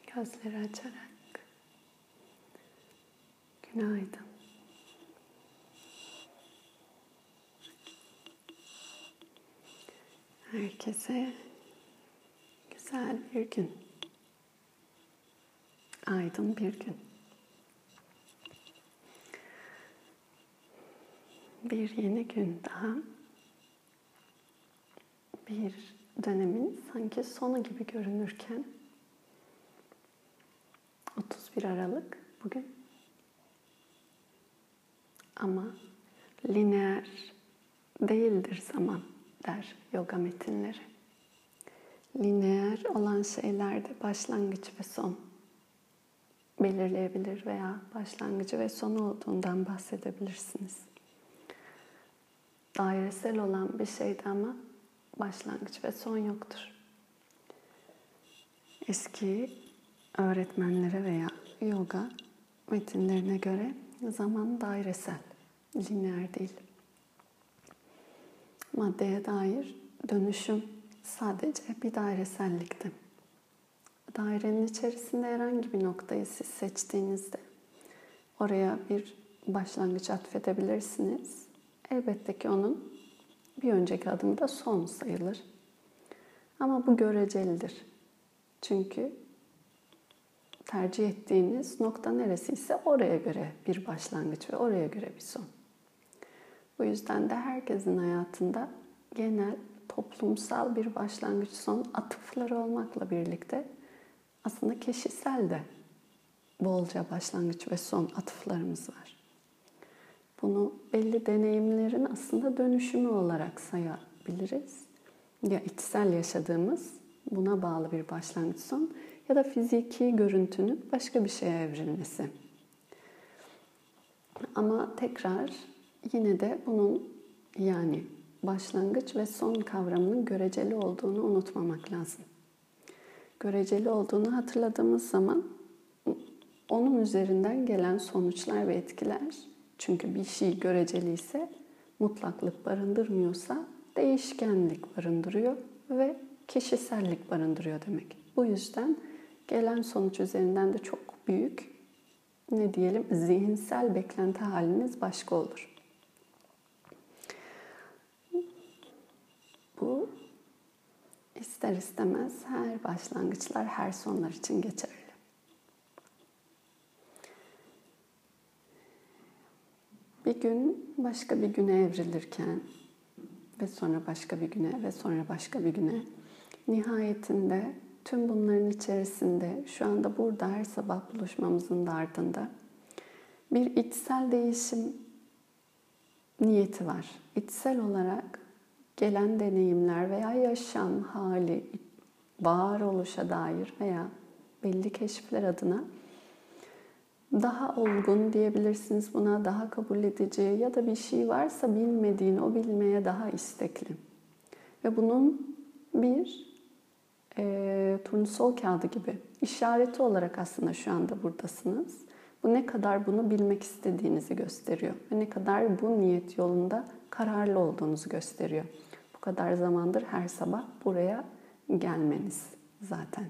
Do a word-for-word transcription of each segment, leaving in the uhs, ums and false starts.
Gözleri açarak günaydın. Herkese güzel bir gün. Aydın bir gün. Bir yeni gün daha. Bir dönemin sanki sonu gibi görünürken otuz bir Aralık bugün. Ama lineer değildir zaman der yoga metinleri. Lineer olan şeylerde başlangıç ve son belirleyebilir veya başlangıcı ve sonu olduğundan bahsedebilirsiniz. Dairesel olan bir şeyde ama başlangıç ve son yoktur. Eski öğretmenlere veya yoga metinlerine göre zaman dairesel, lineer değil. Maddeye dair dönüşüm sadece bir dairesellikte. Dairenin içerisinde herhangi bir noktayı siz seçtiğinizde oraya bir başlangıç atfedebilirsiniz. Elbette ki onun bir önceki adımı da son sayılır. Ama bu görecelidir. Çünkü tercih ettiğiniz nokta neresiyse oraya göre bir başlangıç ve oraya göre bir son. Bu yüzden de herkesin hayatında genel, toplumsal bir başlangıç son atıfları olmakla birlikte aslında kişisel de bolca başlangıç ve son atıflarımız var. Bunu belli deneyimlerin aslında dönüşümü olarak sayabiliriz. Ya içsel yaşadığımız buna bağlı bir başlangıç son ya da fiziki görüntünün başka bir şeye evrilmesi. Ama tekrar yine de bunun yani başlangıç ve son kavramının göreceli olduğunu unutmamak lazım. Göreceli olduğunu hatırladığımız zaman onun üzerinden gelen sonuçlar ve etkiler, çünkü bir şey göreceli ise mutlaklık barındırmıyorsa değişkenlik barındırıyor ve kişisellik barındırıyor demek. Bu yüzden gelen sonuç üzerinden de çok büyük, ne diyelim, zihinsel beklenti haliniz başka olur. Bu ister istemez her başlangıçlar, her sonlar için geçerli. Bir gün başka bir güne evrilirken ve sonra başka bir güne ve sonra başka bir güne, nihayetinde tüm bunların içerisinde şu anda burada her sabah buluşmamızın da ardında bir içsel değişim niyeti var. İçsel olarak gelen deneyimler veya yaşam hali, varoluşa dair veya belli keşifler adına daha olgun diyebilirsiniz buna, daha kabul edici ya da bir şey varsa bilmediğin, o bilmeye daha istekli. Ve bunun bir e, turnusol kağıdı gibi işareti olarak aslında şu anda buradasınız. Bu ne kadar bunu bilmek istediğinizi gösteriyor ve ne kadar bu niyet yolunda kararlı olduğunuzu gösteriyor. Bu kadar zamandır her sabah buraya gelmeniz zaten.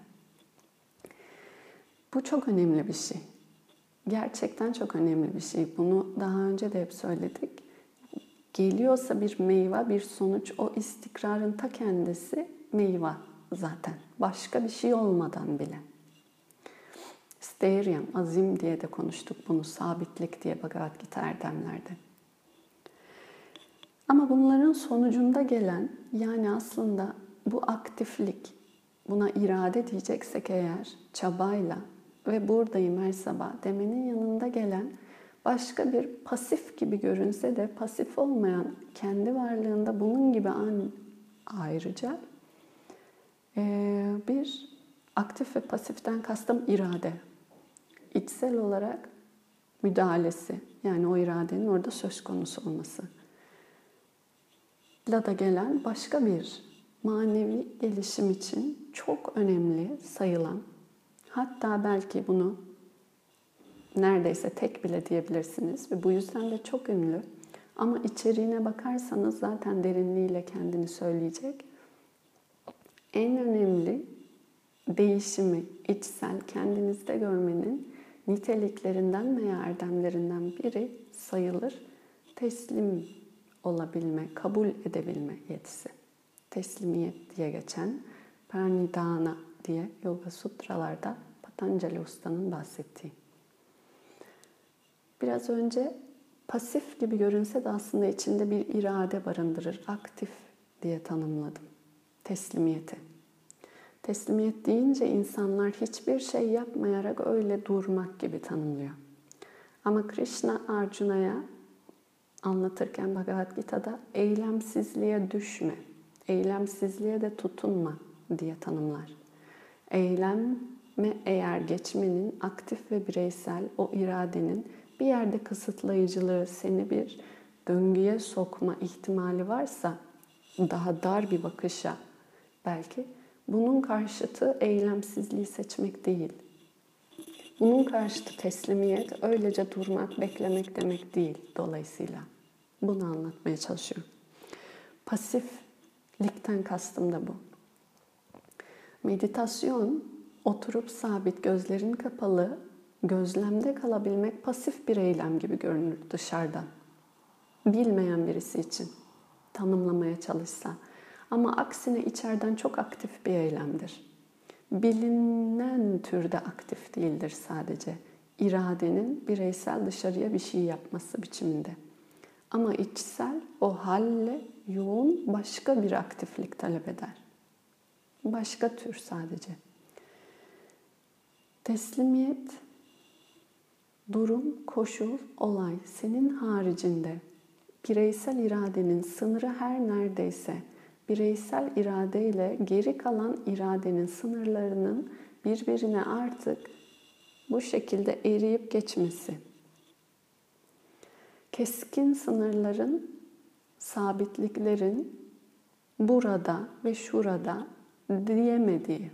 Bu çok önemli bir şey. Gerçekten çok önemli bir şey. Bunu daha önce de hep söyledik. Geliyorsa bir meyve, bir sonuç, o istikrarın ta kendisi meyve zaten. Başka bir şey olmadan bile. Steiryam, azim diye de konuştuk bunu. Sabitlik diye Bhagavad Gita erdemlerde. Ama bunların sonucunda gelen, yani aslında bu aktiflik, buna irade diyeceksek eğer, çabayla ve buradayım her sabah demenin yanında gelen başka bir pasif gibi görünse de pasif olmayan, kendi varlığında bunun gibi an ayrıca bir aktif ve pasiften kastım irade. İçsel olarak müdahalesi, yani o iradenin orada söz konusu olması. La da gelen başka bir manevi gelişim için çok önemli sayılan, hatta belki bunu neredeyse tek bile diyebilirsiniz ve bu yüzden de çok ünlü. Ama içeriğine bakarsanız zaten derinliğiyle kendini söyleyecek. En önemli değişimi, içsel, kendinizde görmenin niteliklerinden veya erdemlerinden biri sayılır teslim olabilme, kabul edebilme yetisi. Teslimiyet diye geçen Pranidhana diye Yoga Sutralarda Patanjali Usta'nın bahsettiği. Biraz önce pasif gibi görünse de aslında içinde bir irade barındırır. Aktif diye tanımladım teslimiyeti. Teslimiyet deyince insanlar hiçbir şey yapmayarak öyle durmak gibi tanımlıyor. Ama Krishna Arjuna'ya anlatırken Bhagavad Gita'da eylemsizliğe düşme, eylemsizliğe de tutunma diye tanımlar. Eyleme eğer geçmenin aktif ve bireysel o iradenin bir yerde kısıtlayıcılığı seni bir döngüye sokma ihtimali varsa daha dar bir bakışa belki bunun karşıtı eylemsizliği seçmek değil. Bunun karşıtı teslimiyet öylece durmak, beklemek demek değil dolayısıyla. Bunu anlatmaya çalışıyorum. Pasiflikten kastım da bu. Meditasyon, oturup sabit, gözlerin kapalı, gözlemde kalabilmek pasif bir eylem gibi görünür dışarıdan. Bilmeyen birisi için tanımlamaya çalışsa. Ama aksine içeriden çok aktif bir eylemdir. Bilinen türde aktif değildir sadece. İradenin bireysel dışarıya bir şey yapması biçiminde. Ama içsel o halle yoğun başka bir aktiflik talep eder. Başka tür sadece. Teslimiyet, durum, koşul, olay senin haricinde bireysel iradenin sınırı her neredeyse bireysel iradeyle geri kalan iradenin sınırlarının birbirine artık bu şekilde eriyip geçmesi. Keskin sınırların, sabitliklerin burada ve şurada diyemediği,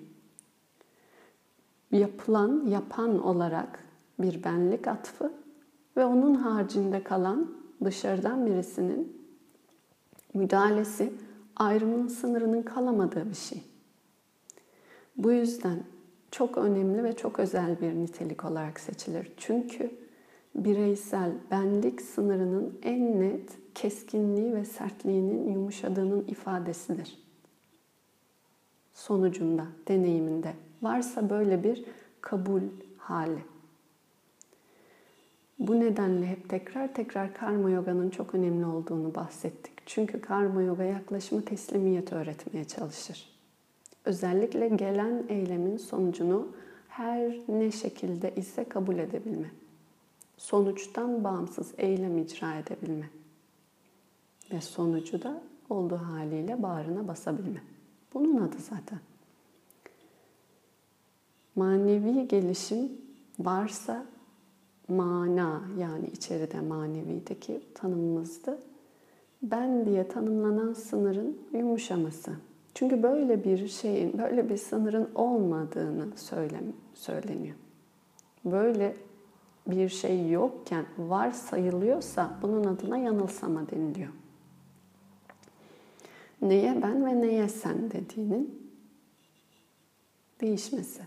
yapılan, yapan olarak bir benlik atfı ve onun haricinde kalan dışarıdan birisinin müdahalesi, ayrımın sınırının kalamadığı bir şey. Bu yüzden çok önemli ve çok özel bir nitelik olarak seçilir. Çünkü bireysel benlik sınırının en net keskinliği ve sertliğinin yumuşadığının ifadesidir. Sonucunda, deneyiminde varsa böyle bir kabul hali. Bu nedenle hep tekrar tekrar karma yoga'nın çok önemli olduğunu bahsettik. Çünkü karma yoga yaklaşımı teslimiyet öğretmeye çalışır. Özellikle gelen eylemin sonucunu her ne şekilde ise kabul edebilme. Sonuçtan bağımsız eylem icra edebilme. Ve sonucu da olduğu haliyle bağrına basabilme. Bunun adı zaten. Manevi gelişim varsa mana, yani içeride manevideki tanımımızda ben diye tanımlanan sınırın yumuşaması. Çünkü böyle bir şeyin, böyle bir sınırın olmadığını söyleniyor. Böyle bir şey yokken varsayılıyorsa bunun adına yanılsama deniliyor. Neye ben ve neye sen dediğinin değişmesi.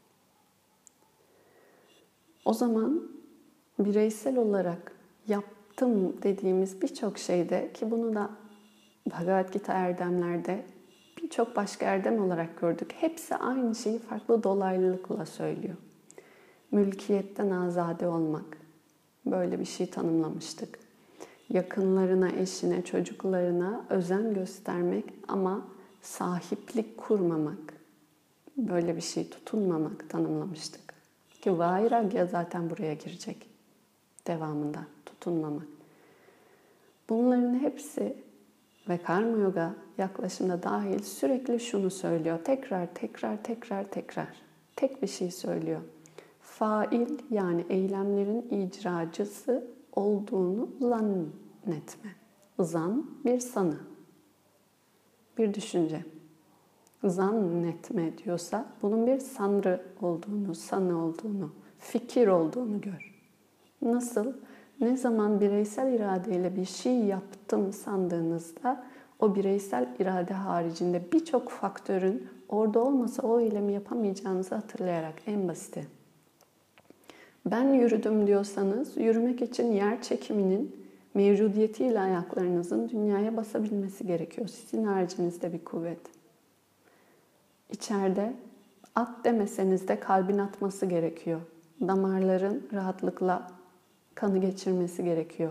O zaman bireysel olarak yaptım dediğimiz birçok şeyde, ki bunu da Bhagavad Gita erdemlerde birçok başka erdem olarak gördük. Hepsi aynı şeyi farklı dolaylılıkla söylüyor. Mülkiyetten azade olmak. Böyle bir şey tanımlamıştık. Yakınlarına, eşine, çocuklarına özen göstermek ama sahiplik kurmamak. Böyle bir şey tutunmamak tanımlamıştık. Ki vairagya zaten buraya girecek. Devamında tutunmamak. Bunların hepsi ve karma yoga yaklaşımda dahil sürekli şunu söylüyor. Tekrar, tekrar, tekrar, tekrar. Tek bir şey söylüyor. Fail, yani eylemlerin icracısı olduğunu zannetme. Zan bir sanı. Bir düşünce. Zannetme diyorsa bunun bir sanrı olduğunu, sanı olduğunu, fikir olduğunu gör. Nasıl? Ne zaman bireysel iradeyle bir şey yaptım sandığınızda o bireysel irade haricinde birçok faktörün orada olmasa o eylemi yapamayacağınızı hatırlayarak, en basiti. Ben yürüdüm diyorsanız, yürümek için yer çekiminin mevcudiyetiyle ayaklarınızın dünyaya basabilmesi gerekiyor. Sizin haricinizde bir kuvvet. İçeride at demeseniz de kalbin atması gerekiyor. Damarların rahatlıkla kanı geçirmesi gerekiyor.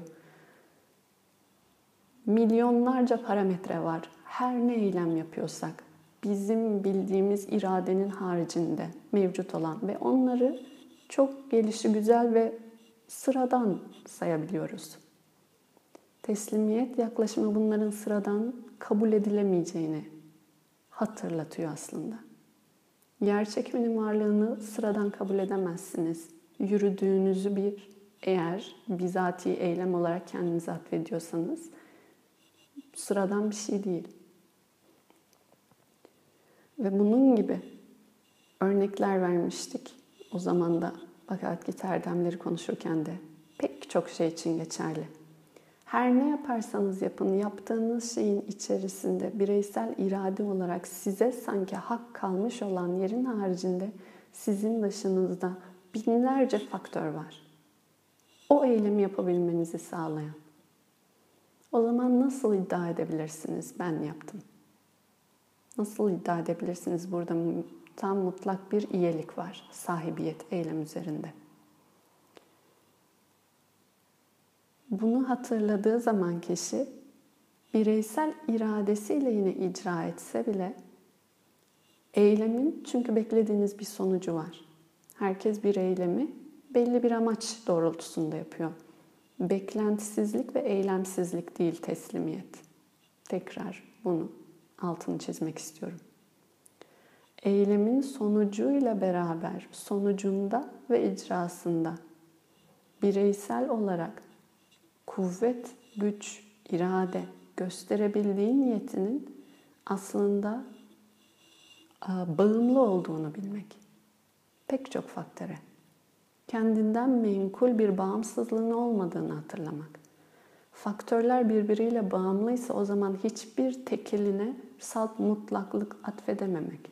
Milyonlarca parametre var. Her ne eylem yapıyorsak bizim bildiğimiz iradenin haricinde mevcut olan ve onları çok gelişi güzel ve sıradan sayabiliyoruz. Teslimiyet yaklaşımı bunların sıradan kabul edilemeyeceğini hatırlatıyor aslında. Yer çekiminin varlığını sıradan kabul edemezsiniz. Yürüdüğünüzü bir eğer bizatihi eylem olarak kendinize atfediyorsanız sıradan bir şey değil. Ve bunun gibi örnekler vermiştik. O zaman da Bhagavad Gita erdemleri konuşurken de pek çok şey için geçerli. Her ne yaparsanız yapın, yaptığınız şeyin içerisinde bireysel irade olarak size sanki hak kalmış olan yerin haricinde sizin dışınızda binlerce faktör var. O eylemi yapabilmenizi sağlayan. O zaman nasıl iddia edebilirsiniz ben yaptım? Nasıl iddia edebilirsiniz burada tam mutlak bir iyilik var, sahibiyet eylem üzerinde. Bunu hatırladığı zaman kişi bireysel iradesiyle yine icra etse bile eylemin çünkü beklediğiniz bir sonucu var. Herkes bir eylemi belli bir amaç doğrultusunda yapıyor. Beklentisizlik ve eylemsizlik değil teslimiyet. Tekrar bunu altını çizmek istiyorum. Eylemin sonucuyla beraber sonucunda ve icrasında bireysel olarak kuvvet, güç, irade gösterebildiği niyetinin aslında bağımlı olduğunu bilmek. Pek çok faktöre. Kendinden menkul bir bağımsızlığın olmadığını hatırlamak. Faktörler birbiriyle bağımlıysa o zaman hiçbir tekiline salt mutlaklık atfedememek.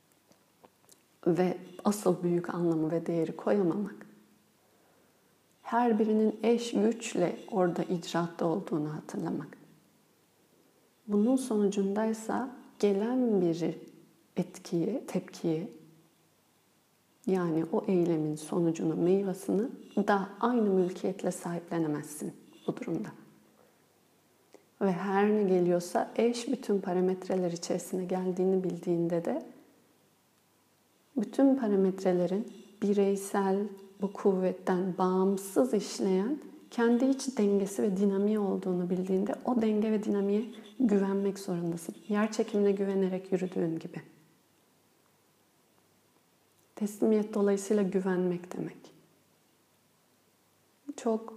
Ve asıl büyük anlamı ve değeri koyamamak. Her birinin eş güçle orada icraatta olduğunu hatırlamak. Bunun sonucundaysa gelen bir etkiyi, tepkiyi, yani o eylemin sonucunu, meyvasını da aynı mülkiyetle sahiplenemezsin bu durumda. Ve her ne geliyorsa eş bütün parametreler içerisine geldiğini bildiğinde de bütün parametrelerin bireysel bu kuvvetten bağımsız işleyen kendi iç dengesi ve dinamiği olduğunu bildiğinde o denge ve dinamiğe güvenmek zorundasın. Yer çekimine güvenerek yürüdüğün gibi. Teslimiyet dolayısıyla güvenmek demek. Çok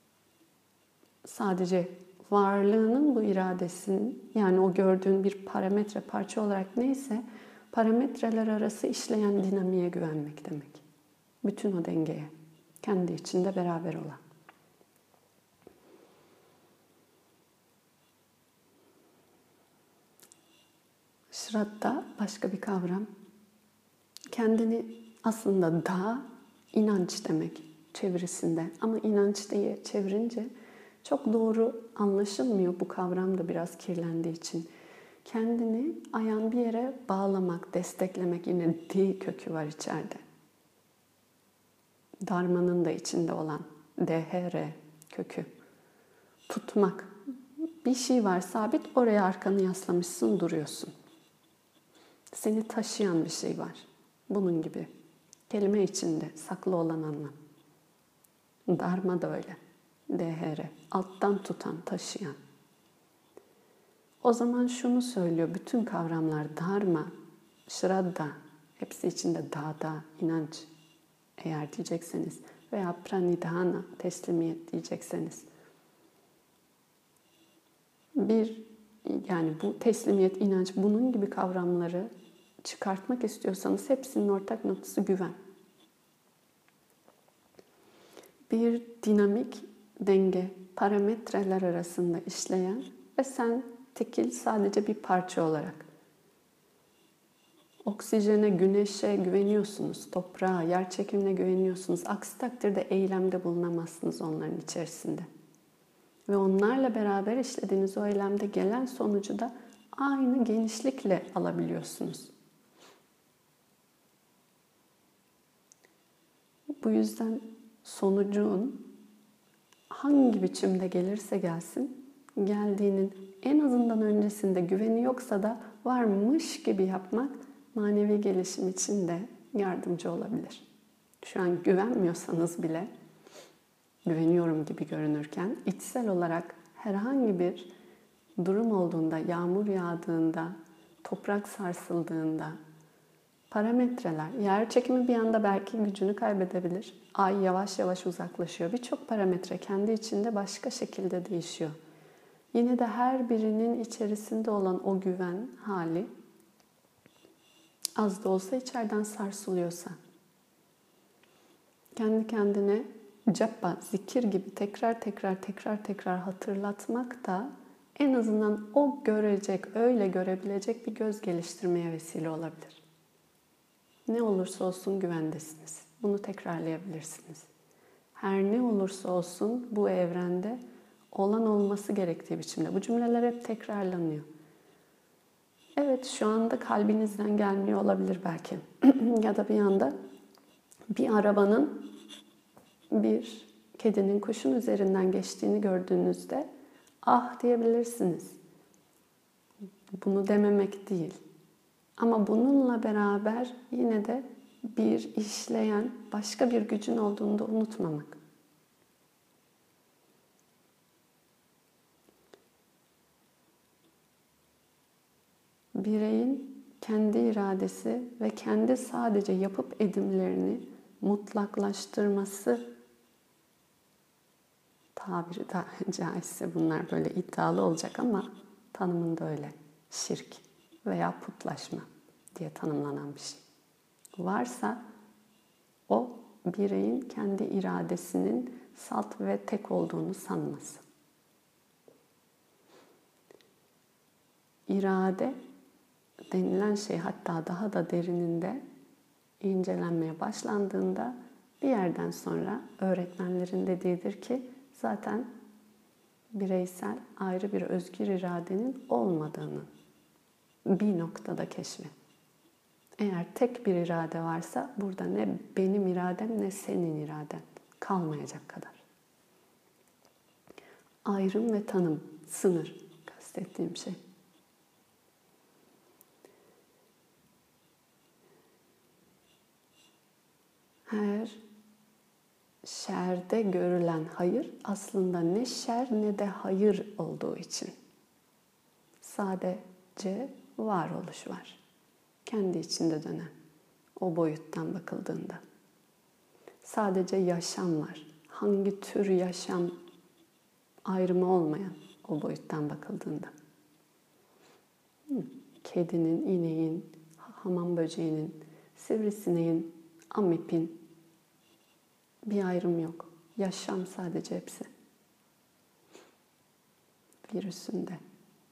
sadece varlığının bu iradesinin, yani o gördüğün bir parametre parça olarak neyse parametreler arası işleyen dinamiğe güvenmek demek. Bütün o dengeye, kendi içinde beraber olan. Şraddha başka bir kavram. Kendini aslında da inanç demek çevirisinde. Ama inanç diye çevirince çok doğru anlaşılmıyor. Bu kavram da biraz kirlendiği için. Kendini ayağın bir yere bağlamak, desteklemek, yine di kökü var içeride. Dharma'nın da içinde olan D H R kökü. Tutmak. Bir şey var sabit, oraya arkanı yaslamışsın, duruyorsun. Seni taşıyan bir şey var. Bunun gibi. Kelime içinde saklı olan anlam. Dharma da öyle. D H R. Alttan tutan, taşıyan. O zaman şunu söylüyor. Bütün kavramlar dharma, şraddha, hepsi içinde dada, inanç eğer diyecekseniz veya pranidhana, teslimiyet diyecekseniz. Bir, yani bu teslimiyet, inanç, bunun gibi kavramları çıkartmak istiyorsanız hepsinin ortak noktası güven. Bir dinamik denge, parametreler arasında işleyen ve sen tekil sadece bir parça olarak Oksijene, güneşe güveniyorsunuz, toprağa, yer çekimine güveniyorsunuz. Aksi takdirde eylemde bulunamazsınız onların içerisinde. Ve onlarla beraber işlediğiniz o eylemde gelen sonucu da aynı genişlikle alabiliyorsunuz. Bu yüzden sonucun hangi biçimde gelirse gelsin, geldiğinin en azından öncesinde güveni yoksa da varmış gibi yapmak manevi gelişim için de yardımcı olabilir. Şu an güvenmiyorsanız bile, güveniyorum gibi görünürken, içsel olarak herhangi bir durum olduğunda, yağmur yağdığında, toprak sarsıldığında, parametreler, yer çekimi bir anda belki gücünü kaybedebilir. Ay yavaş yavaş uzaklaşıyor. Birçok parametre kendi içinde başka şekilde değişiyor. Yine de her birinin içerisinde olan o güven hali az da olsa içeriden sarsılıyorsa, kendi kendine cappa, zikir gibi tekrar tekrar tekrar tekrar hatırlatmak da en azından o görecek, öyle görebilecek bir göz geliştirmeye vesile olabilir. Ne olursa olsun güvendesiniz. Bunu tekrarlayabilirsiniz. Her ne olursa olsun bu evrende olan olması gerektiği biçimde. Bu cümleler hep tekrarlanıyor. Evet, şu anda kalbinizden gelmiyor olabilir belki. Ya da bir anda bir arabanın bir kedinin, kuşun üzerinden geçtiğini gördüğünüzde ah diyebilirsiniz. Bunu dememek değil. Ama bununla beraber yine de bir işleyen başka bir gücün olduğunu da unutmamak. Bireyin kendi iradesi ve kendi sadece yapıp edimlerini mutlaklaştırması, tabiri daha caizse bunlar böyle iddialı olacak ama tanımında öyle. Şirk veya putlaşma diye tanımlanan bir şey. Varsa o bireyin kendi iradesinin salt ve tek olduğunu sanması. İrade denilen şey hatta daha da derininde incelenmeye başlandığında bir yerden sonra öğretmenlerin dediğidir ki zaten bireysel ayrı bir özgür iradenin olmadığını bir noktada keşfi. Eğer tek bir irade varsa burada ne benim iradem ne senin iraden kalmayacak kadar. Ayrım ve tanım, sınır kastettiğim şey. Her şerde görülen hayır aslında ne şer ne de hayır olduğu için. Sadece varoluş var. Kendi içinde dönen. O boyuttan bakıldığında. Sadece yaşam var. Hangi tür yaşam ayrımı olmayan o boyuttan bakıldığında. Kedinin, ineğin, hamam böceğinin, sivrisineğin, amipin bir ayrım yok. Yaşam sadece hepsi. Virüsün de.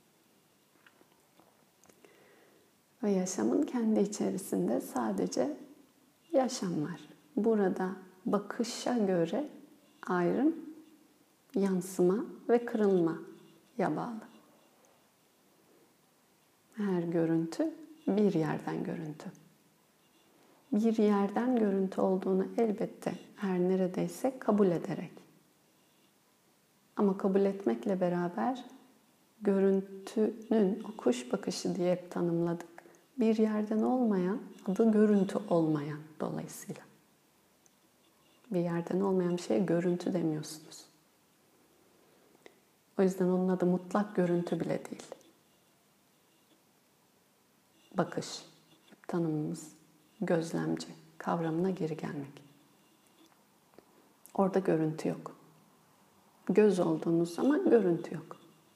Ve yaşamın kendi içerisinde sadece yaşam var. Burada bakışa göre ayrım, yansıma ve kırılmaya bağlı. Her görüntü bir yerden görüntü. Bir yerden görüntü olduğunu elbette her neredeyse kabul ederek. Ama kabul etmekle beraber görüntünün, o kuş bakışı diye hep tanımladık. Bir yerden olmayan, adı görüntü olmayan dolayısıyla. Bir yerden olmayan bir şeye görüntü demiyorsunuz. O yüzden onun adı mutlak görüntü bile değil. Bakış, tanımımız gözlemci kavramına geri gelmek. Orada görüntü yok. Göz olduğunuz zaman görüntü yok.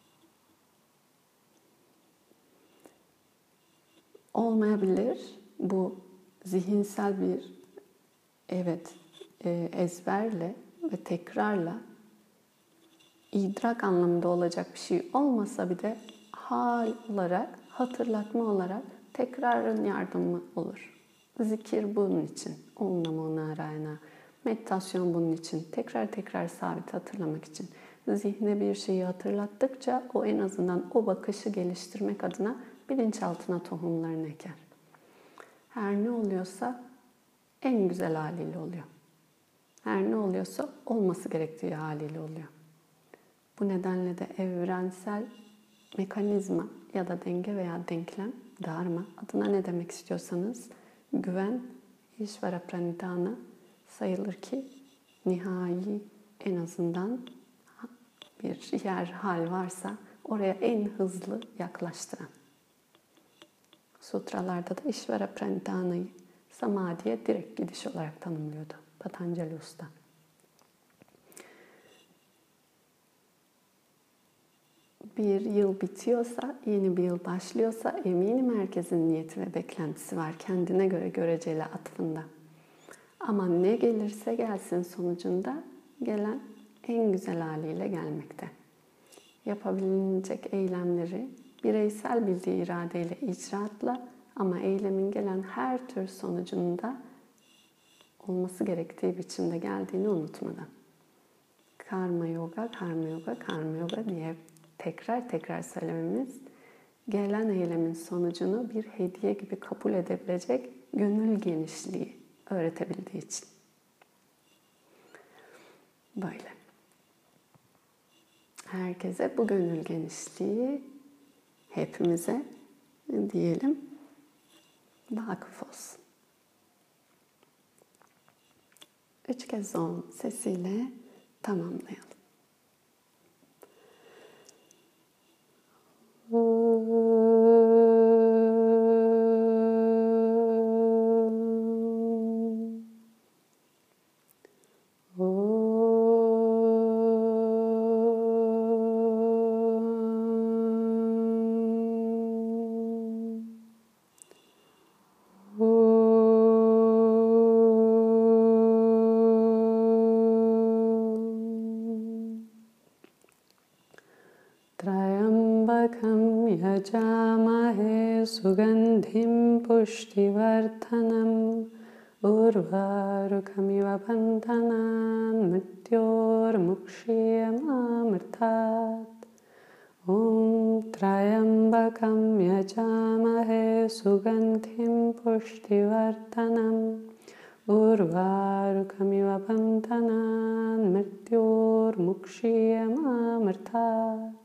Olmayabilir. Bu zihinsel bir evet e, ezberle ve tekrarla idrak anlamında olacak bir şey olmasa bir de hal olarak, hatırlatma olarak Tekrarın yardımı olur. Zikir bunun için. Om Namo Narayana. Meditasyon bunun için. Tekrar tekrar sabit hatırlamak için. Zihne bir şeyi hatırlattıkça o en azından o bakışı geliştirmek adına bilinçaltına tohumlarını eker. Her ne oluyorsa en güzel haliyle oluyor. Her ne oluyorsa olması gerektiği haliyle oluyor. Bu nedenle de evrensel mekanizma ya da denge veya denklem, dharma, adına ne demek istiyorsanız, güven, İşvara Pranidhana sayılır ki nihai en azından bir yer, hal varsa oraya en hızlı yaklaştıran. Sutralarda da İşvara Pranidhana'yı Samadhi'ye direkt gidiş olarak tanımlıyordu Patanjali Usta. Bir yıl bitiyorsa, yeni bir yıl başlıyorsa eminim herkesin niyeti ve beklentisi var kendine göre göreceli atfında. Ama ne gelirse gelsin sonucunda gelen en güzel haliyle gelmekte. Yapabilecek eylemleri bireysel bildiği iradeyle, icraatla ama eylemin gelen her tür sonucunda olması gerektiği biçimde geldiğini unutmadan. Karma yoga, karma yoga, karma yoga diye tekrar tekrar söylememiz gelen eylemin sonucunu bir hediye gibi kabul edebilecek gönül genişliği öğretebildiği için. Böyle. Herkese bu gönül genişliği hepimize diyelim vakıf olsun. Üç kez on sesiyle tamamlayalım. Trayambakam yajamahe sugandhim pushtivardhanam urvarukamiva bandhanan mrityor mukshiyamamritat. Om Trayambakam yajamahe sugandhim pushtivardhanam urvarukamiva bandhanan mrityor mukshiyamamritat.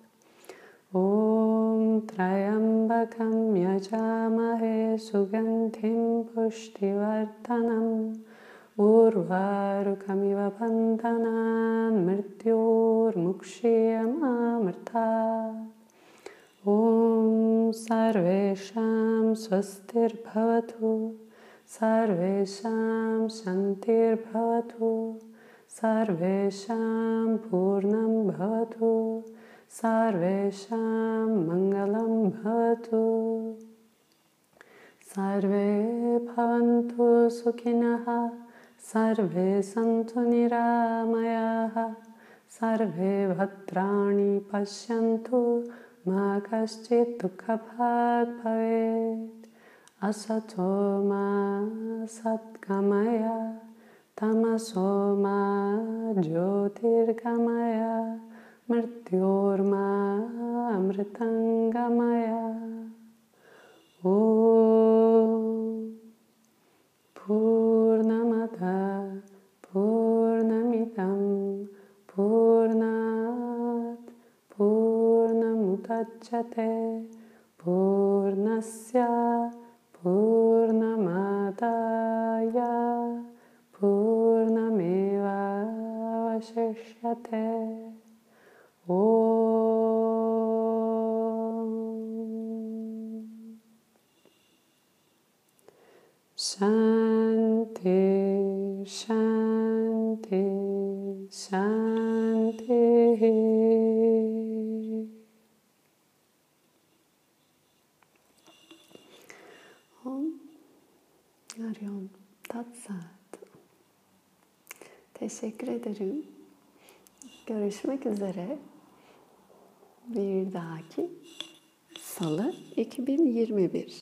Om Trayambakam yajamahe sugandhim pushtivardhanam urvarukamiva bandhanan mrityor mukshiyamamritat. Om sarvesham swastir bhavatu, sarvesham shantir bhavatu, sarvesham purnam bhavatu, sarvesham mangalam bhavatu. Sarve bhavantu sukhinaha, sarve santu niramayaha, sarve bhadrani pashyantu ma kaschit dukhabhag bhavet. Asato ma satgamaya, tamaso ma jyotirgamaya, mrityorma amritangamaya. Om Purnamada Purnamidam Purnat Purnamudachyate Purnasya Purnamadaya Purnameva Vashishyate. Om Shanti, Shanti, Shanti. Om Aryon Tatsat. Teşekkür ederim. Görüşmek üzere. Bir dahaki Salı iki bin yirmi bir.